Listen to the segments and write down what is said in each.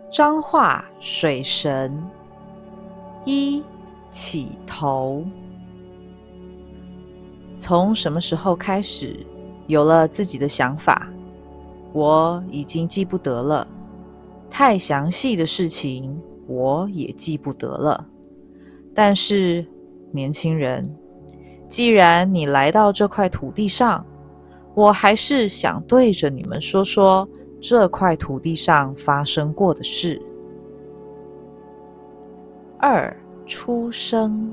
彰化水神。一、起头。从什么时候开始有了自己的想法，我已经记不得了。太详细的事情我也记不得了。但是，年轻人，既然你来到这块土地上，我还是想对着你们说说这块土地上发生过的事。二、出生。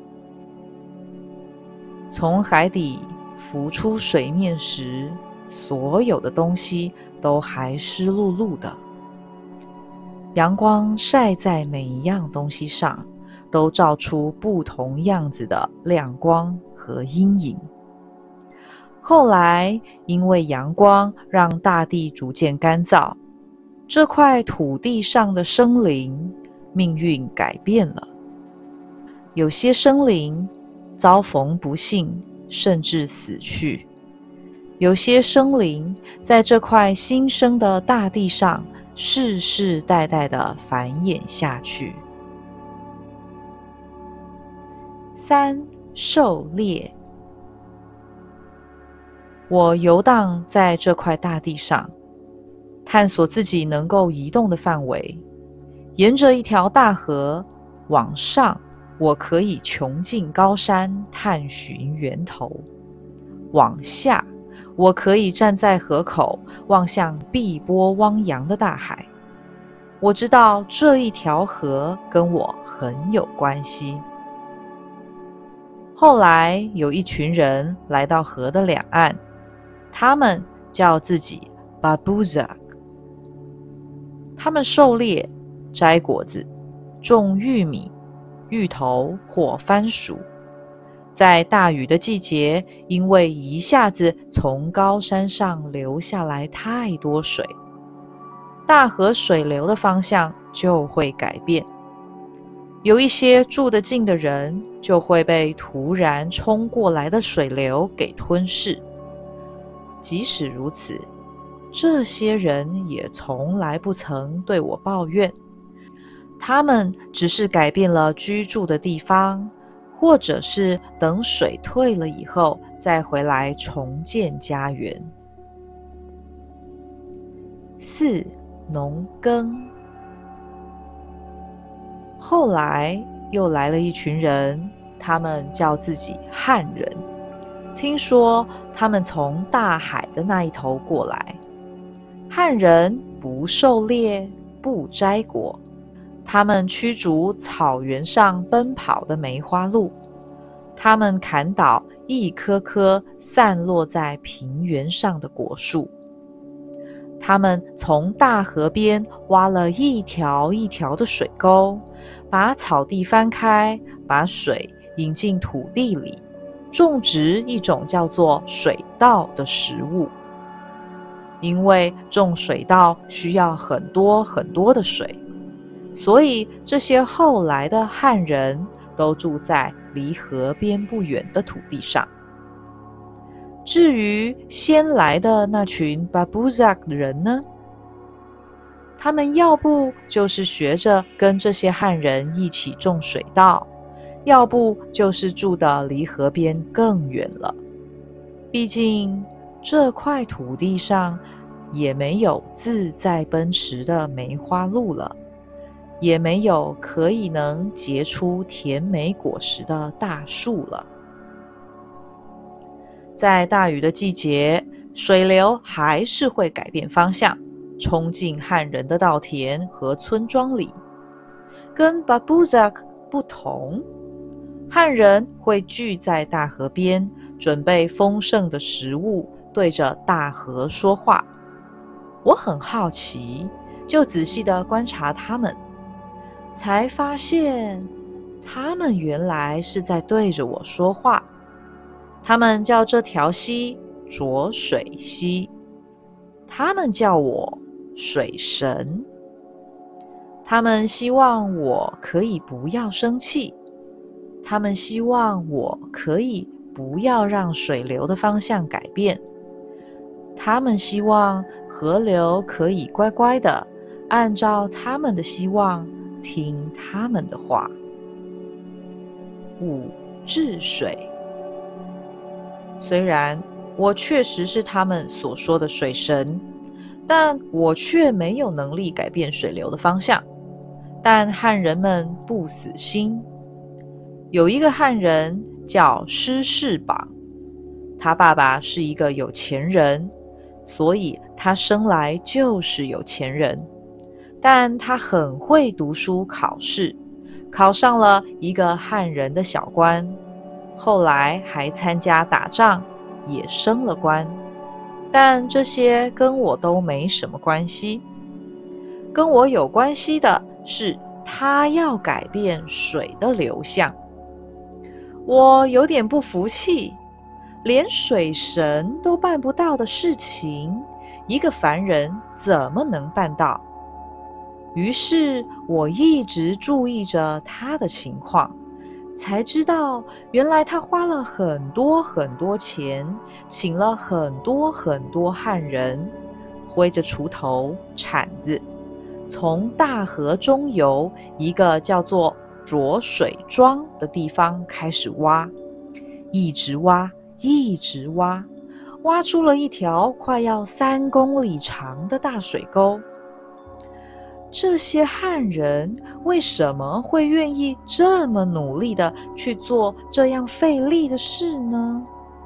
从海底浮出水面时，所有的东西都还湿漉漉的。阳光晒在每一样东西上，都照出不同样子的亮光和阴影。后来，因为阳光让大地逐渐干燥，这块土地上的生灵命运改变了。有些生灵遭逢不幸，甚至死去；有些生灵在这块新生的大地上世世代代的繁衍下去。三、狩猎。我游荡在这块大地上，探索自己能够移动的范围。沿着一条大河往上，我可以穷尽高山探寻源头；往下，我可以站在河口望向碧波汪洋的大海。我知道这一条河跟我很有关系。后来有一群人来到河的两岸，他们叫自己 Babuzak。 他们狩猎、摘果子、种玉米、芋头或番薯。在大雨的季节，因为一下子从高山上流下来太多水，大河水流的方向就会改变。有一些住得近的人就会被突然冲过来的水流给吞噬。即使如此，这些人也从来不曾对我抱怨，他们只是改变了居住的地方，或者是等水退了以后再回来重建家园。四、农耕。后来又来了一群人，他们叫自己汉人。听说他们从大海的那一头过来。汉人不狩猎，不摘果，他们驱逐草原上奔跑的梅花鹿，他们砍倒一棵棵散落在平原上的果树，他们从大河边挖了一条一条的水沟，把草地翻开，把水引进土地里，种植一种叫做水稻的食物。因为种水稻需要很多很多的水，所以这些后来的汉人都住在离河边不远的土地上。至于先来的那群 Babuzak 人呢？他们要不就是学着跟这些汉人一起种水稻，要不就是住得离河边更远了。毕竟这块土地上也没有自在奔驰的梅花鹿了，也没有可以能结出甜美果实的大树了。在大雨的季节，水流还是会改变方向，冲进汉人的稻田和村庄里。跟 Babuzak 不同，汉人会聚在大河边，准备丰盛的食物，对着大河说话。我很好奇，就仔细地观察他们，才发现他们原来是在对着我说话。他们叫这条溪浊水溪，他们叫我水神。他们希望我可以不要生气，他们希望我可以不要让水流的方向改变，他们希望河流可以乖乖的按照他们的希望，听他们的话。5. 治水。虽然我确实是他们所说的水神，但我却没有能力改变水流的方向。但汉人们不死心，有一个汉人叫施世榜，他爸爸是一个有钱人，所以他生来就是有钱人。但他很会读书考试，考上了一个汉人的小官，后来还参加打仗，也升了官。但这些跟我都没什么关系，跟我有关系的是他要改变水的流向。我有点不服气，连水神都办不到的事情，一个凡人怎么能办到？于是我一直注意着他的情况，才知道原来他花了很多很多钱，请了很多很多汉人，挥着锄头、铲子，从大河中游一个叫做浊水庄的地方开始挖，一直挖，一直挖，挖出了一条快要3公里长的大水沟。这些汉人为什么会愿意这么努力的去做这样费力的事呢？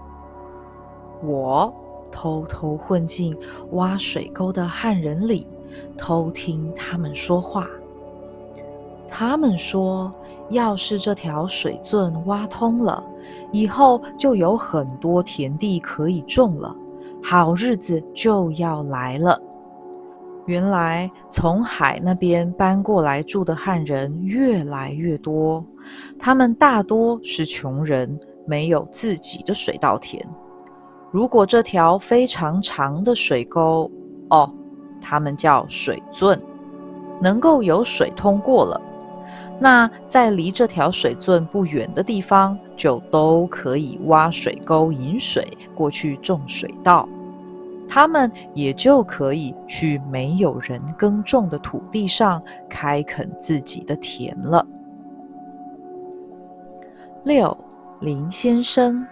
我偷偷混进挖水沟的汉人里，偷听他们说话。他们说，要是这条水圳挖通了，以后就有很多田地可以种了，好日子就要来了。原来从海那边搬过来住的汉人越来越多，他们大多是穷人，没有自己的水稻田。如果这条非常长的水沟，他们叫水圳，能够有水通过了，那在离这条水圳不远的地方，就都可以挖水沟引水过去种水稻。他们也就可以去没有人耕种的土地上开垦自己的田了。6. 林先生。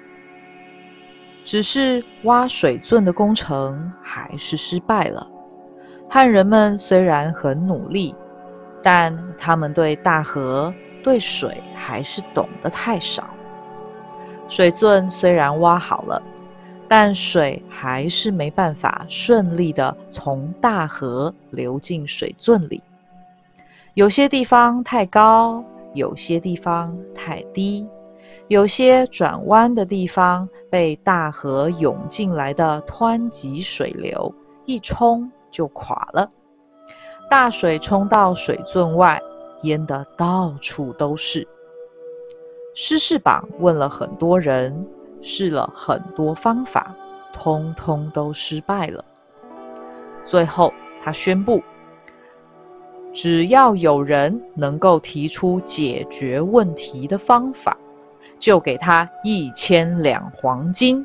只是挖水圳的工程还是失败了。汉人们虽然很努力，但他们对大河、对水还是懂得太少。水圳虽然挖好了，但水还是没办法顺利地从大河流进水圳里。有些地方太高，有些地方太低，有些转弯的地方被大河涌进来的湍急水流一冲就垮了。大水冲到水圳外，淹得到处都是。施世榜问了很多人，试了很多方法，通通都失败了。最后他宣布，只要有人能够提出解决问题的方法，就给他1000两黄金。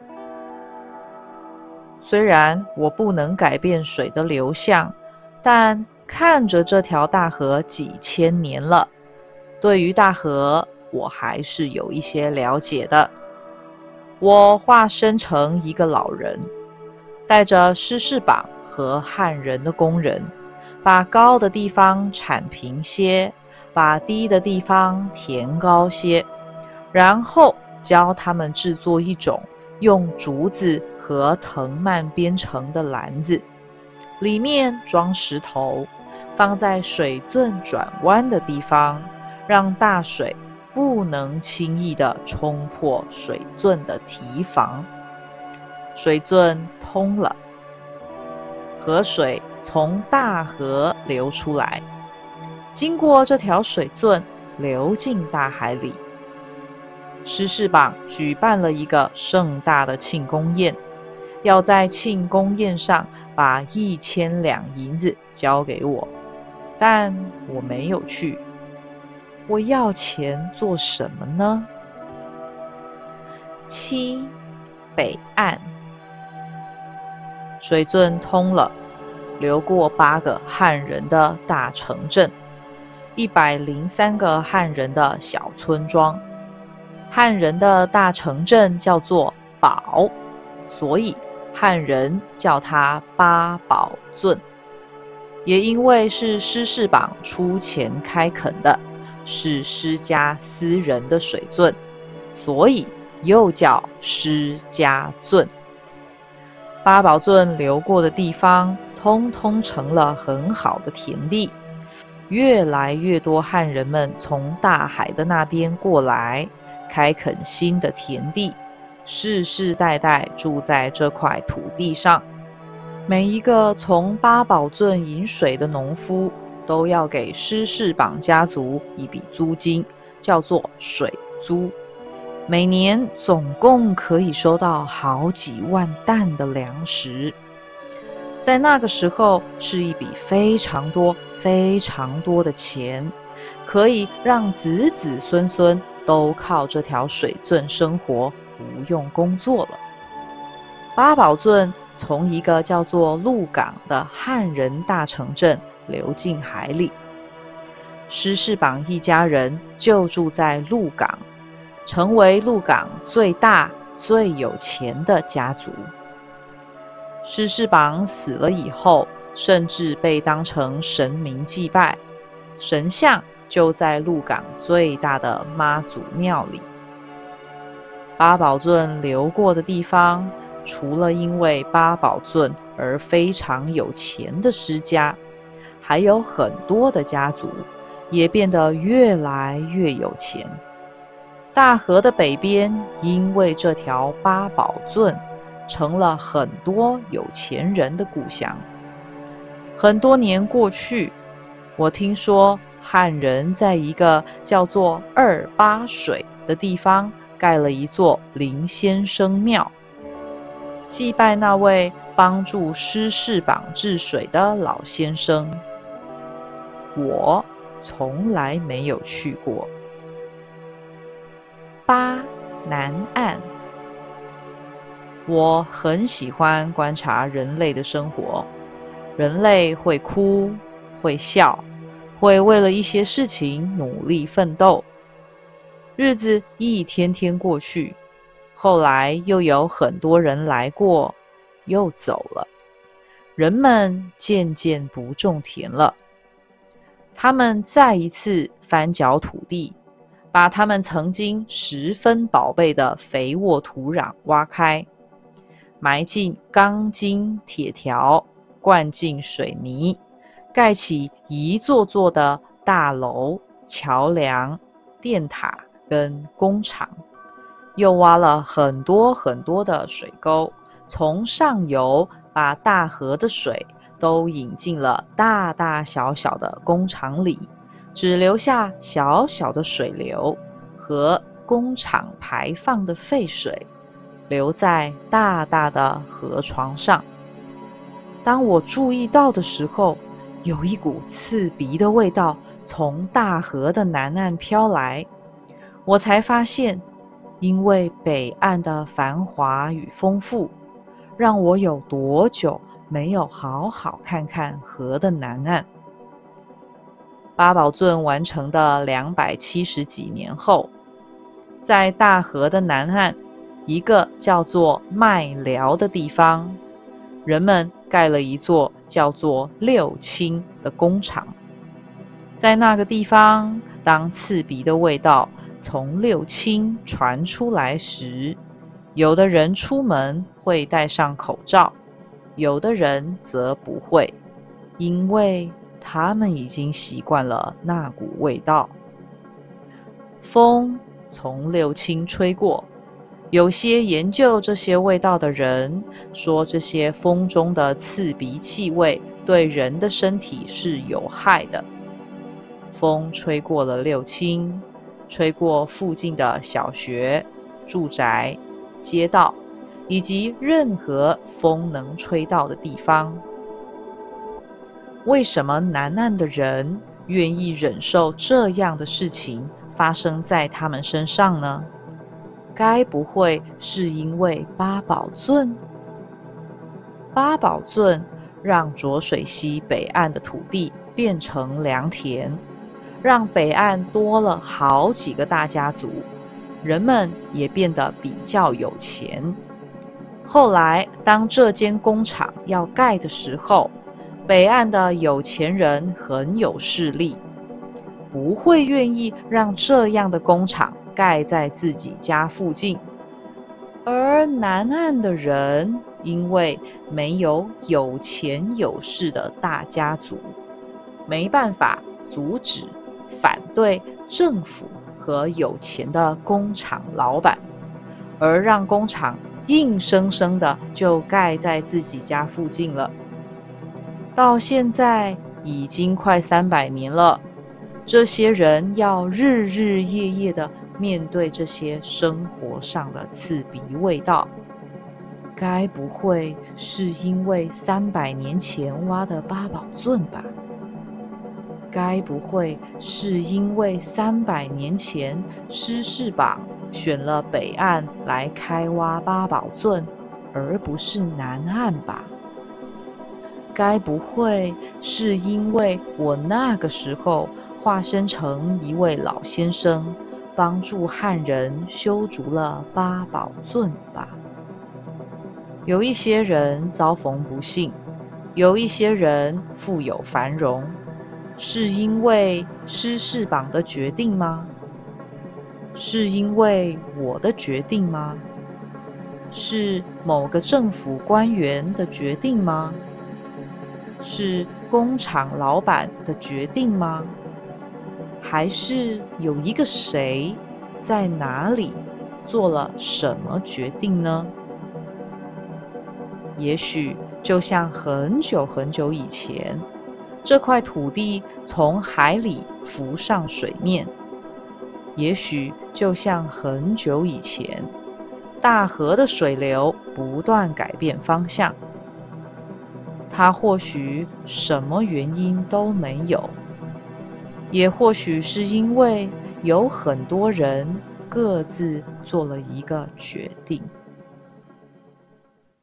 虽然我不能改变水的流向，但看着这条大河几千年了，对于大河我还是有一些了解的。我化身成一个老人，带着施世榜和汉人的工人，把高的地方铲平些，把低的地方填高些，然后教他们制作一种用竹子和藤蔓编成的篮子，里面装石头，放在水圳转弯的地方，让大水不能轻易地冲破水圳的堤防。水圳通了，河水从大河流出来，经过这条水圳流进大海里。施世榜举办了一个盛大的庆功宴，要在庆功宴上把1000两银子交给我，但我没有去。我要钱做什么呢？7. 北岸。水圳通了， 流过8个汉人的大城镇，103个汉人的小村庄。汉人的大城镇叫做堡，所以汉人叫它八堡圳。也因为是施世榜出钱开垦的，是施家私人的水圳，所以又叫施家圳。八堡圳流过的地方，通通成了很好的田地。越来越多汉人们从大海的那边过来，开垦新的田地，世世代代住在这块土地上。每一个从八堡圳引水的农夫，都要给施世榜家族一笔租金，叫做水租。每年总共可以收到好几万担的粮食。在那个时候，是一笔非常多、非常多的钱，可以让子子孙孙都靠这条水圳生活，不用工作了。八堡圳从一个叫做鹿港的汉人大城镇流进海里，施世榜一家人就住在鹿港，成为鹿港最大、最有钱的家族。施世榜死了以后，甚至被当成神明祭拜，神像就在鹿港最大的妈祖庙里。八堡圳流过的地方，除了因为八堡圳而非常有钱的施家，还有很多的家族也变得越来越有钱。大河的北边，因为这条八堡圳，成了很多有钱人的故乡。很多年过去，我听说汉人在一个叫做二八水的地方盖了一座林先生庙，祭拜那位帮助施世榜治水的老先生。我从来没有去过。八南岸，我很喜欢观察人类的生活。人类会哭，会笑，会为了一些事情努力奋斗。日子一天天过去，后来又有很多人来过，又走了。人们渐渐不种田了，他们再一次翻搅土地，把他们曾经十分宝贝的肥沃土壤挖开，埋进钢筋铁条，灌进水泥，盖起一座座的大楼、桥梁、电塔跟工厂，又挖了很多很多的水沟，从上游把大河的水都引进了大大小小的工厂里，只留下小小的水流和工厂排放的废水留在大大的河床上。当我注意到的时候，有一股刺鼻的味道从大河的南岸飘来，我才发现，因为北岸的繁华与丰富，让我有多久没有好好看看河的南岸。八堡圳完成的270几年后，在大河的南岸，一个叫做麦寮的地方，人们盖了一座叫做六轻的工厂。在那个地方，当刺鼻的味道从六轻传出来时，有的人出门会戴上口罩，有的人则不会，因为他们已经习惯了那股味道。风从六轻吹过，有些研究这些味道的人说，这些风中的刺鼻气味对人的身体是有害的。风吹过了六轻，吹过附近的小学、住宅、街道，以及任何风能吹到的地方。为什么南岸的人愿意忍受这样的事情发生在他们身上呢？该不会是因为八堡圳？八堡圳让浊水溪北岸的土地变成良田，让北岸多了好几个大家族，人们也变得比较有钱。后来，当这间工厂要盖的时候，北岸的有钱人很有势力，不会愿意让这样的工厂盖在自己家附近。而南岸的人因为没有有钱有势的大家族，没办法阻止、反对政府和有钱的工厂老板，而让工厂硬生生的就盖在自己家附近了。到现在已经快300年了，这些人要日日夜夜的面对这些生活上的刺鼻味道。该不会是因为300年前挖的八宝圳吧？该不会是因为300年前施世榜选了北岸来开挖八宝圳，而不是南岸吧？该不会是因为我那个时候化身成一位老先生，帮助汉人修筑了八宝圳吧？有一些人遭逢不幸，有一些人富有繁荣，是因为施世榜的决定吗？是因为我的决定吗？是某个政府官员的决定吗？是工厂老板的决定吗？还是有一个谁在哪里做了什么决定呢？也许就像很久很久以前，这块土地从海里浮上水面；也许就像很久以前，大河的水流不断改变方向。它或许什么原因都没有，也或许是因为有很多人各自做了一个决定。